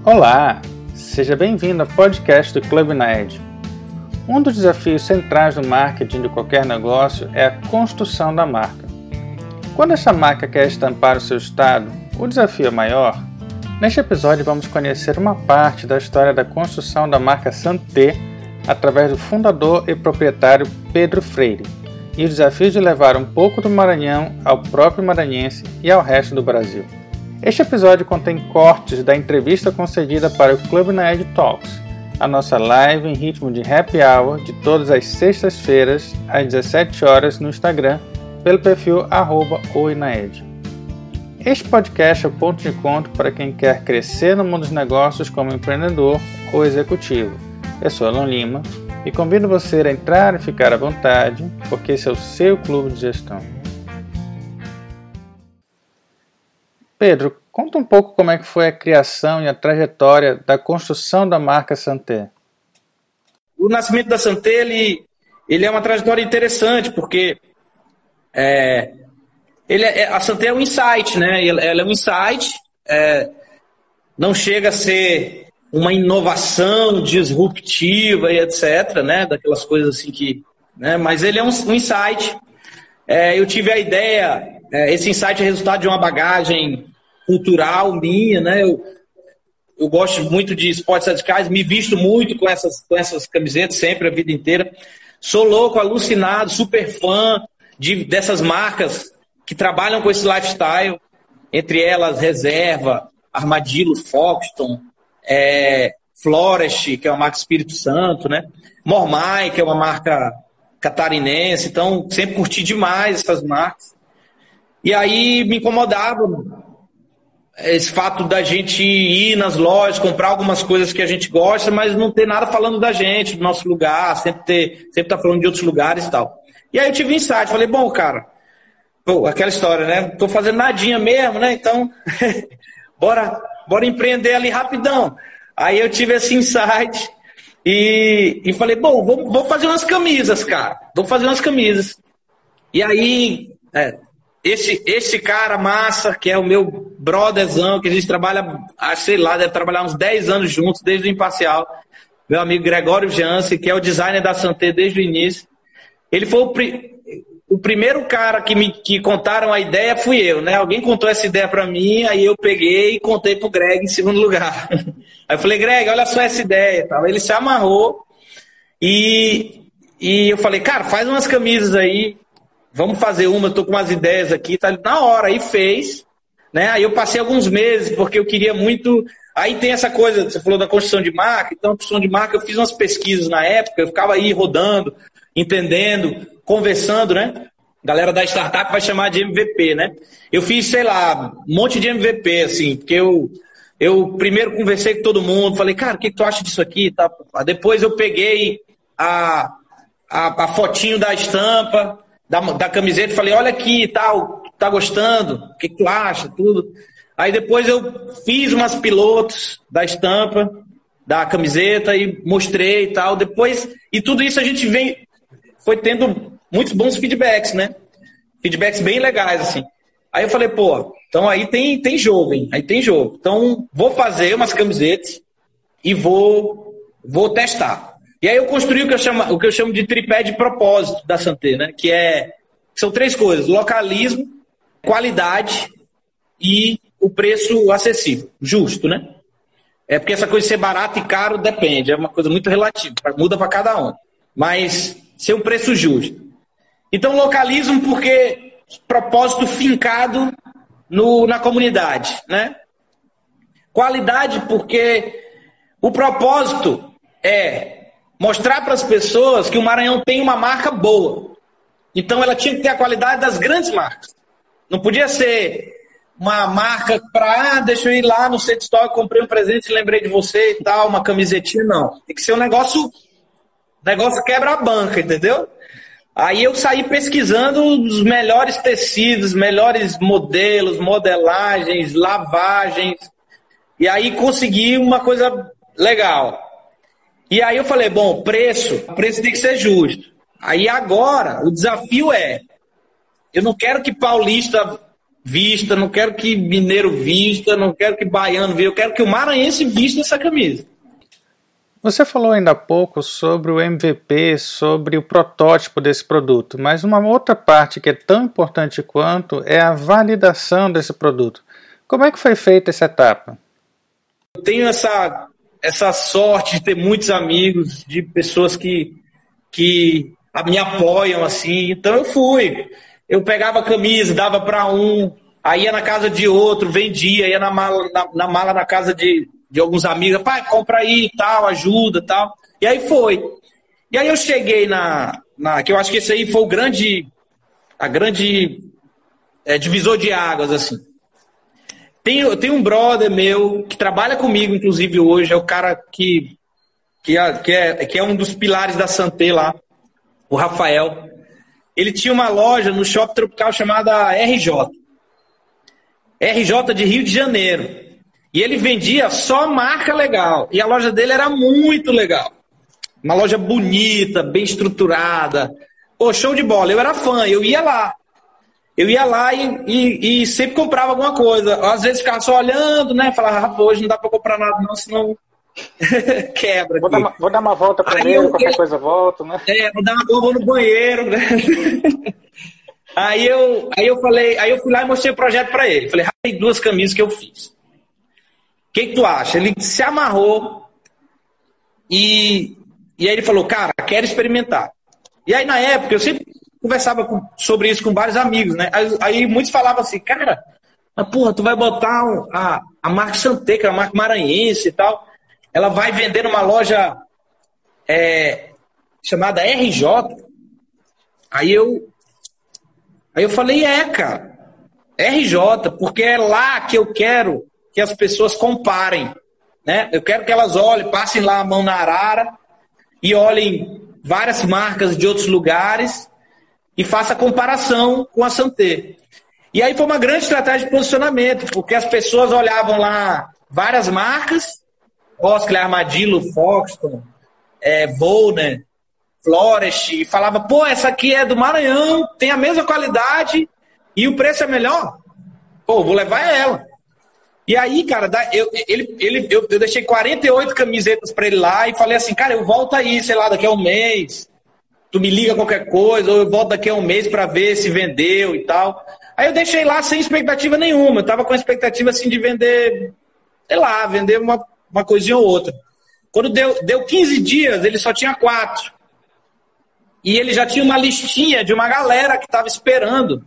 Olá, seja bem-vindo ao podcast do Clube Naed. Um dos desafios centrais do marketing de qualquer negócio é a construção da marca. Quando essa marca quer estampar o seu estado, o desafio é maior. Neste episódio vamos conhecer uma parte da história da construção da marca Santé através do fundador e proprietário Pedro Freire e os desafios de levar um pouco do Maranhão ao próprio maranhense e ao resto do Brasil. Este episódio contém cortes da entrevista concedida para o Clube Naed Talks, a nossa live em ritmo de happy hour de todas as sextas-feiras às 17 horas no Instagram pelo perfil @oinaed. Este podcast é o ponto de encontro para quem quer crescer no mundo dos negócios como empreendedor ou executivo. Eu sou Alan Lima e convido você a entrar e ficar à vontade, porque esse é o seu clube de gestão. Pedro, conta um pouco como é que foi a criação e a trajetória da construção da marca Santé. O nascimento da Santé, ele é uma trajetória interessante, porque a Santé é um insight, né? Ela é um insight, não chega a ser uma inovação disruptiva e etc., né? Daquelas coisas assim que... né? Mas ele é um insight. Eu tive a ideia, esse insight é resultado de uma bagagem cultural minha, né? Eu gosto muito de esportes radicais, me visto muito com essas camisetas sempre, a vida inteira. Sou louco, alucinado, super fã dessas marcas que trabalham com esse lifestyle, entre elas Reserva, Armadillo, Foxton, Florest, que é uma marca Espírito Santo, né? Mormai, que é uma marca catarinense. Então, sempre curti demais essas marcas. E aí me incomodava esse fato da gente ir nas lojas, comprar algumas coisas que a gente gosta, mas não ter nada falando da gente, do nosso lugar, sempre tá falando de outros lugares e tal. E aí eu tive um insight, falei, bom, cara, aquela história, né? Não tô fazendo nadinha mesmo, né? Então, bora empreender ali rapidão. Aí eu tive esse insight e falei, bom, vou fazer umas camisas, cara. Vou fazer umas camisas. E aí... Esse cara massa, que é o meu brotherzão, que a gente trabalha, sei lá, deve trabalhar uns 10 anos juntos, desde o Imparcial. Meu amigo Gregório Jansen, que é o designer da Santé desde o início. Ele foi o primeiro cara que contaram a ideia, fui eu, né? Alguém contou essa ideia pra mim, aí eu peguei e contei pro Greg em segundo lugar. Aí eu falei, Greg, olha só essa ideia. Ele se amarrou e eu falei, cara, faz umas camisas aí. Vamos fazer uma, eu tô com umas ideias aqui, tá na hora, aí fez, né? Aí eu passei alguns meses, porque eu queria muito. Aí tem essa coisa, você falou da construção de marca, então, construção de marca, eu fiz umas pesquisas na época, eu ficava aí rodando, entendendo, conversando, né? A galera da startup vai chamar de MVP, né? Eu fiz, sei lá, um monte de MVP, assim, porque eu primeiro conversei com todo mundo, falei, cara, o que tu acha disso aqui? Tá? Depois eu peguei a fotinho da estampa, da camiseta, falei, olha aqui, tal, tá gostando? O que tu acha? Tudo. Aí depois eu fiz umas pilotos da estampa, da camiseta e mostrei e tal. Depois, e tudo isso a gente foi tendo muitos bons feedbacks, né? Feedbacks bem legais, assim. Aí eu falei, pô, então aí tem jogo, hein? Aí tem jogo. Então vou fazer umas camisetas e vou testar. E aí eu construí o que eu chamo de tripé de propósito da Santé, né? Que são 3 coisas: localismo, qualidade e o preço acessível, justo, né? Porque essa coisa de ser barato e caro depende, é uma coisa muito relativa, muda para cada um. Mas ser um preço justo. Então localismo porque propósito fincado na comunidade, né? Qualidade porque o propósito é mostrar para as pessoas que o Maranhão tem uma marca boa. Então ela tinha que ter a qualidade das grandes marcas. Não podia ser uma marca para, deixa eu ir lá no Centro Histórico, comprei um presente, lembrei de você e tal, uma camisetinha, não. Tem que ser um negócio quebra a banca, entendeu? Aí eu saí pesquisando os melhores tecidos, melhores modelos, modelagens, lavagens, e aí consegui uma coisa legal. E aí eu falei, bom, o preço tem que ser justo. Aí agora, o desafio eu não quero que paulista vista, não quero que mineiro vista, não quero que baiano vista, eu quero que o maranhense vista essa camisa. Você falou ainda há pouco sobre o MVP, sobre o protótipo desse produto, mas uma outra parte que é tão importante quanto é a validação desse produto. Como é que foi feita essa etapa? Eu tenho essa sorte de ter muitos amigos, de pessoas que me apoiam, assim. Então eu pegava a camisa, dava para um, aí ia na casa de outro, vendia, ia na mala na casa de alguns amigos, pai, compra aí e tal, ajuda e tal. E aí foi. E aí eu cheguei que eu acho que esse aí foi a grande divisor de águas, assim. Eu tenho um brother meu que trabalha comigo, inclusive hoje, é o cara que é um dos pilares da Santé lá, o Rafael. Ele tinha uma loja no Shopping Tropical chamada RJ de Rio de Janeiro. E ele vendia só marca legal. E a loja dele era muito legal. Uma loja bonita, bem estruturada. Pô, show de bola. Eu era fã, eu ia lá. E sempre comprava alguma coisa. Às vezes ficava só olhando, né? Falava, Rafa, hoje não dá pra comprar nada não, senão quebra. Vou dar uma volta primeiro, qualquer coisa volto, né? Vou dar uma volta no banheiro, né? Aí eu fui lá e mostrei o projeto pra ele. Falei, Rafa, tem 2 camisas que eu fiz. O que tu acha? Ele se amarrou e aí ele falou, cara, quero experimentar. E aí na época eu sempre conversava sobre isso com vários amigos, né? Aí muitos falavam assim, cara, mas porra, tu vai botar a marca Santé, que é uma marca maranhense e tal, ela vai vender numa loja chamada RJ. Aí eu falei, cara, RJ, porque é lá que eu quero que as pessoas comparem, né? Eu quero que elas olhem, passem lá a mão na arara e olhem várias marcas de outros lugares e faça a comparação com a Santé. E aí foi uma grande estratégia de posicionamento, porque as pessoas olhavam lá várias marcas, Oscar, Armadillo, Foxton, Volner, Florest, e falava, pô, essa aqui é do Maranhão, tem a mesma qualidade e o preço é melhor. Pô, vou levar ela. E aí, cara, eu deixei 48 camisetas pra ele lá e falei assim, cara, eu volto aí, sei lá, daqui a um mês. Tu me liga qualquer coisa, ou eu volto daqui a um mês pra ver se vendeu e tal. Aí eu deixei lá sem expectativa nenhuma. Eu tava com a expectativa, assim, de vender, sei lá, vender uma coisinha ou outra. Quando deu 15 dias, ele só tinha 4. E ele já tinha uma listinha de uma galera que tava esperando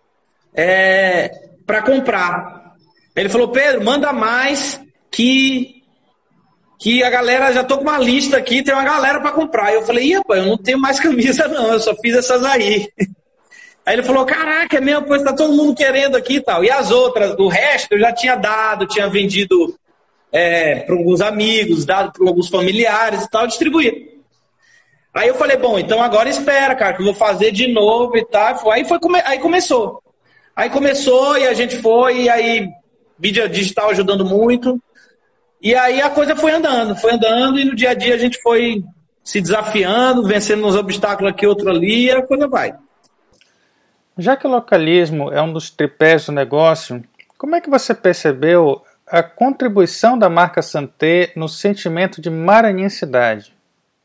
pra comprar. Ele falou, Pedro, manda mais que a galera, já tô com uma lista aqui, tem uma galera para comprar. Eu falei, rapaz, eu não tenho mais camisa não, eu só fiz essas aí. Aí ele falou, caraca, é mesmo, pois tá todo mundo querendo aqui e tal. E as outras, o resto eu já tinha dado, tinha vendido para alguns amigos, dado para alguns familiares e tal, distribuído. Aí eu falei, bom, então agora espera, cara, que eu vou fazer de novo e tal. Aí começou. Aí começou e a gente foi, e aí mídia digital ajudando muito. E aí a coisa foi andando, e no dia a dia a gente foi se desafiando, vencendo uns obstáculos aqui, outro ali, e a coisa vai. Já que o localismo é um dos tripés do negócio, como é que você percebeu a contribuição da marca Santé no sentimento de maranhensidade?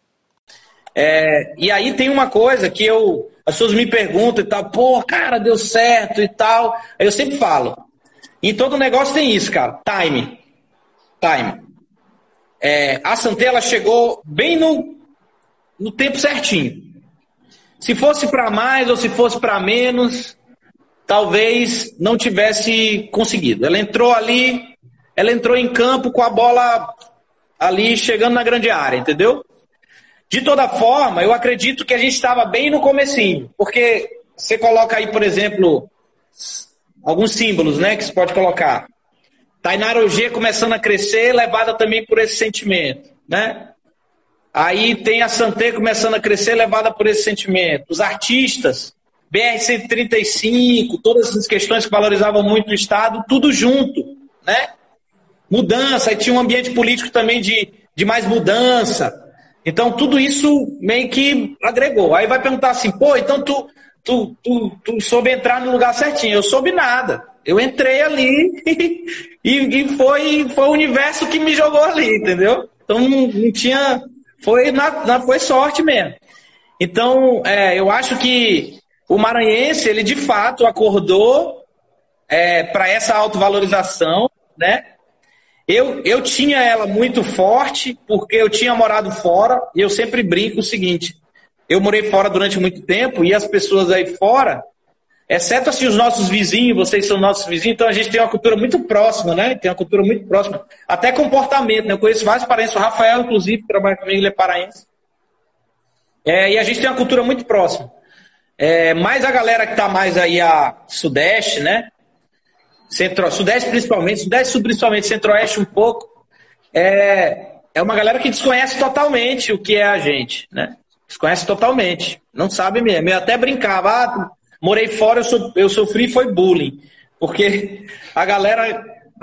E aí tem uma coisa que as pessoas me perguntam e tal, pô, cara, deu certo e tal. Aí eu sempre falo, em todo negócio tem isso, cara, time. A Santé, ela chegou bem no tempo certinho. Se fosse para mais ou se fosse para menos, talvez não tivesse conseguido. Ela entrou em campo com a bola ali chegando na grande área, entendeu? De toda forma, eu acredito que a gente estava bem no comecinho, porque você coloca aí, por exemplo, alguns símbolos, né, que você pode colocar. Tainara OG começando a crescer, levada também por esse sentimento, né? Aí tem a Santé começando a crescer, levada por esse sentimento. Os artistas, BR-135, todas essas questões que valorizavam muito o Estado, tudo junto, né? Mudança, aí tinha um ambiente político também de mais mudança. Então tudo isso meio que agregou. Aí vai perguntar assim, pô, então tu soube entrar no lugar certinho. Eu soube nada. Eu entrei ali e foi o universo que me jogou ali, entendeu? Então não tinha... Foi sorte mesmo. Então, eu acho que o maranhense, ele de fato acordou para essa autovalorização, né? Eu tinha ela muito forte, porque eu tinha morado fora, e eu sempre brinco o seguinte: eu morei fora durante muito tempo, e as pessoas aí fora, exceto assim os nossos vizinhos, vocês são nossos vizinhos, então a gente tem uma cultura muito próxima, né? Tem uma cultura muito próxima, até comportamento, né? Eu conheço vários paraenses, o Rafael, inclusive, que trabalha comigo, ele é paraense. E a gente tem uma cultura muito próxima. Mas a galera que está mais aí a Sudeste, né? Sudeste principalmente, Centro-Oeste um pouco, é uma galera que desconhece totalmente o que é a gente, né? Desconhece totalmente, não sabe mesmo. Eu até brincava, morei fora, eu sofri foi bullying, porque a galera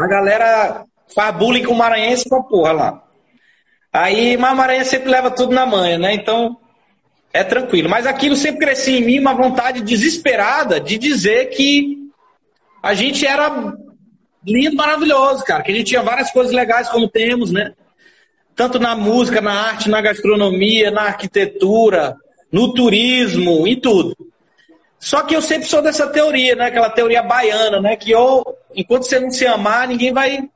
faz bullying com o maranhense pra porra lá. Mas o maranhense sempre leva tudo na manha, né? Então é tranquilo. Mas aquilo sempre crescia em mim uma vontade desesperada de dizer que a gente era lindo, maravilhoso, cara. Que a gente tinha várias coisas legais como temos, né? Tanto na música, na arte, na gastronomia, na arquitetura, no turismo, em tudo. Só que eu sempre sou dessa teoria, né? Aquela teoria baiana, né? Que enquanto você não se amar, ninguém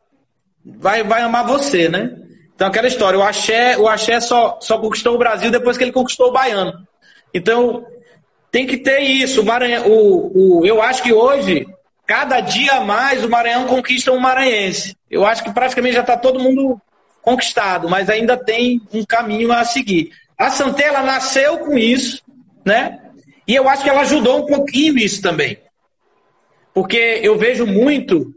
vai amar você, né? Então aquela história, o axé só conquistou o Brasil depois que ele conquistou o baiano. Então tem que ter isso. O Maranhão, eu acho que hoje, cada dia mais, o Maranhão conquista um maranhense. Eu acho que praticamente já está todo mundo conquistado, mas ainda tem um caminho a seguir. A Santé, ela nasceu com isso, né? E eu acho que ela ajudou um pouquinho isso também. Porque eu vejo muito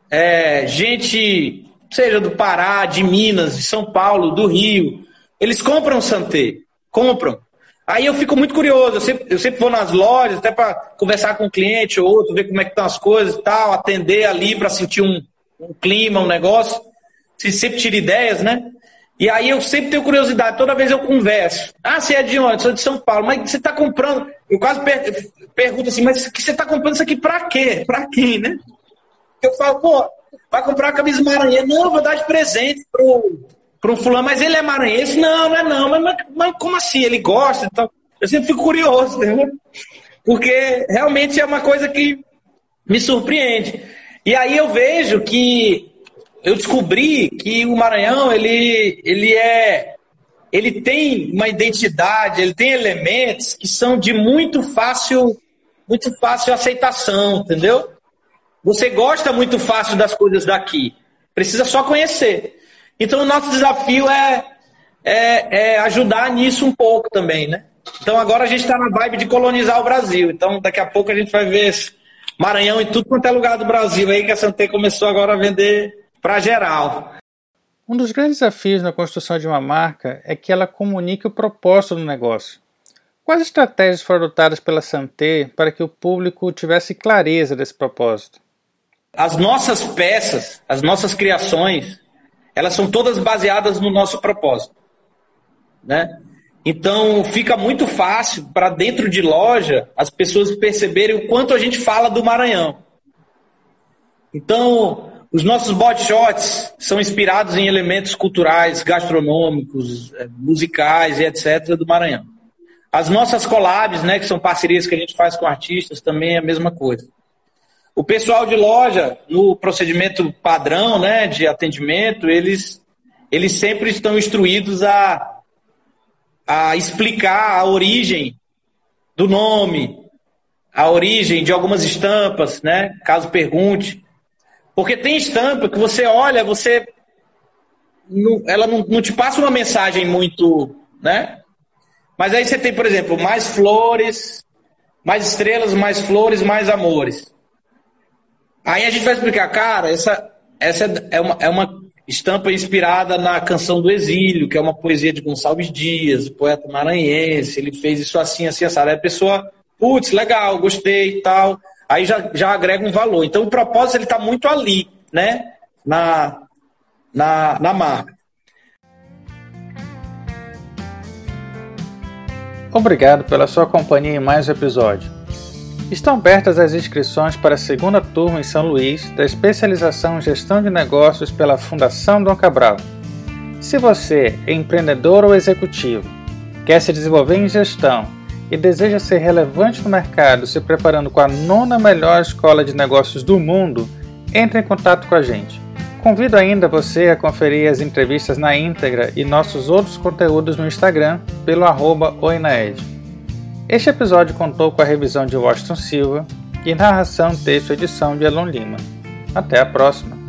gente, seja do Pará, de Minas, de São Paulo, do Rio, eles compram Santé, compram. Aí eu fico muito curioso, eu sempre vou nas lojas, até para conversar com um cliente ou outro, ver como é que estão as coisas e tal, atender ali para sentir um clima, um negócio. Você sempre tira ideias, né? E aí eu sempre tenho curiosidade, toda vez eu converso. Você é de onde? Sou de São Paulo. Mas você está comprando... Eu quase pergunto assim, mas você está comprando isso aqui para quê? Para quem, né? Eu falo, vai comprar a camisa maranhense. Não, eu vou dar de presente para um fulano, mas ele é maranhense? Não, não é não. Mas como assim? Ele gosta? Então, eu sempre fico curioso, né? Porque realmente é uma coisa que me surpreende. E aí eu vejo que eu descobri que o Maranhão, ele tem uma identidade, ele tem elementos que são de muito fácil aceitação, entendeu? Você gosta muito fácil das coisas daqui, precisa só conhecer. Então o nosso desafio é ajudar nisso um pouco também, né? Então agora a gente está na vibe de colonizar o Brasil, então daqui a pouco a gente vai ver Maranhão em tudo quanto é lugar do Brasil, aí que a Santé começou agora a vender para geral. Um dos grandes desafios na construção de uma marca é que ela comunique o propósito do negócio. Quais estratégias foram adotadas pela Santé para que o público tivesse clareza desse propósito? As nossas peças, as nossas criações, elas são todas baseadas no nosso propósito, né? Então fica muito fácil para dentro de loja as pessoas perceberem o quanto a gente fala do Maranhão. Então os nossos body shots são inspirados em elementos culturais, gastronômicos, musicais e etc. do Maranhão. As nossas collabs, né, que são parcerias que a gente faz com artistas, também é a mesma coisa. O pessoal de loja, no procedimento padrão, né, de atendimento, eles sempre estão instruídos a explicar a origem do nome, a origem de algumas estampas, né, caso pergunte. Porque tem estampa que você olha, ela não te passa uma mensagem muito, né? Mas aí você tem, por exemplo, mais flores, mais estrelas, mais flores, mais amores. Aí a gente vai explicar, cara, essa é uma estampa inspirada na Canção do Exílio, que é uma poesia de Gonçalves Dias, poeta maranhense, ele fez isso assim, assim, assado. Aí a pessoa, putz, legal, gostei e tal. Aí já agrega um valor. Então o propósito ele está muito ali, né? Na marca. Obrigado pela sua companhia em mais um episódio. Estão abertas as inscrições para a segunda turma em São Luís da especialização em Gestão de Negócios pela Fundação Dom Cabral. Se você é empreendedor ou executivo, quer se desenvolver em gestão e deseja ser relevante no mercado se preparando com a 9ª melhor escola de negócios do mundo, entre em contato com a gente. Convido ainda você a conferir as entrevistas na íntegra e nossos outros conteúdos no Instagram pelo @oinaed. Este episódio contou com a revisão de Washington Silva e narração, texto e edição de Elon Lima. Até a próxima!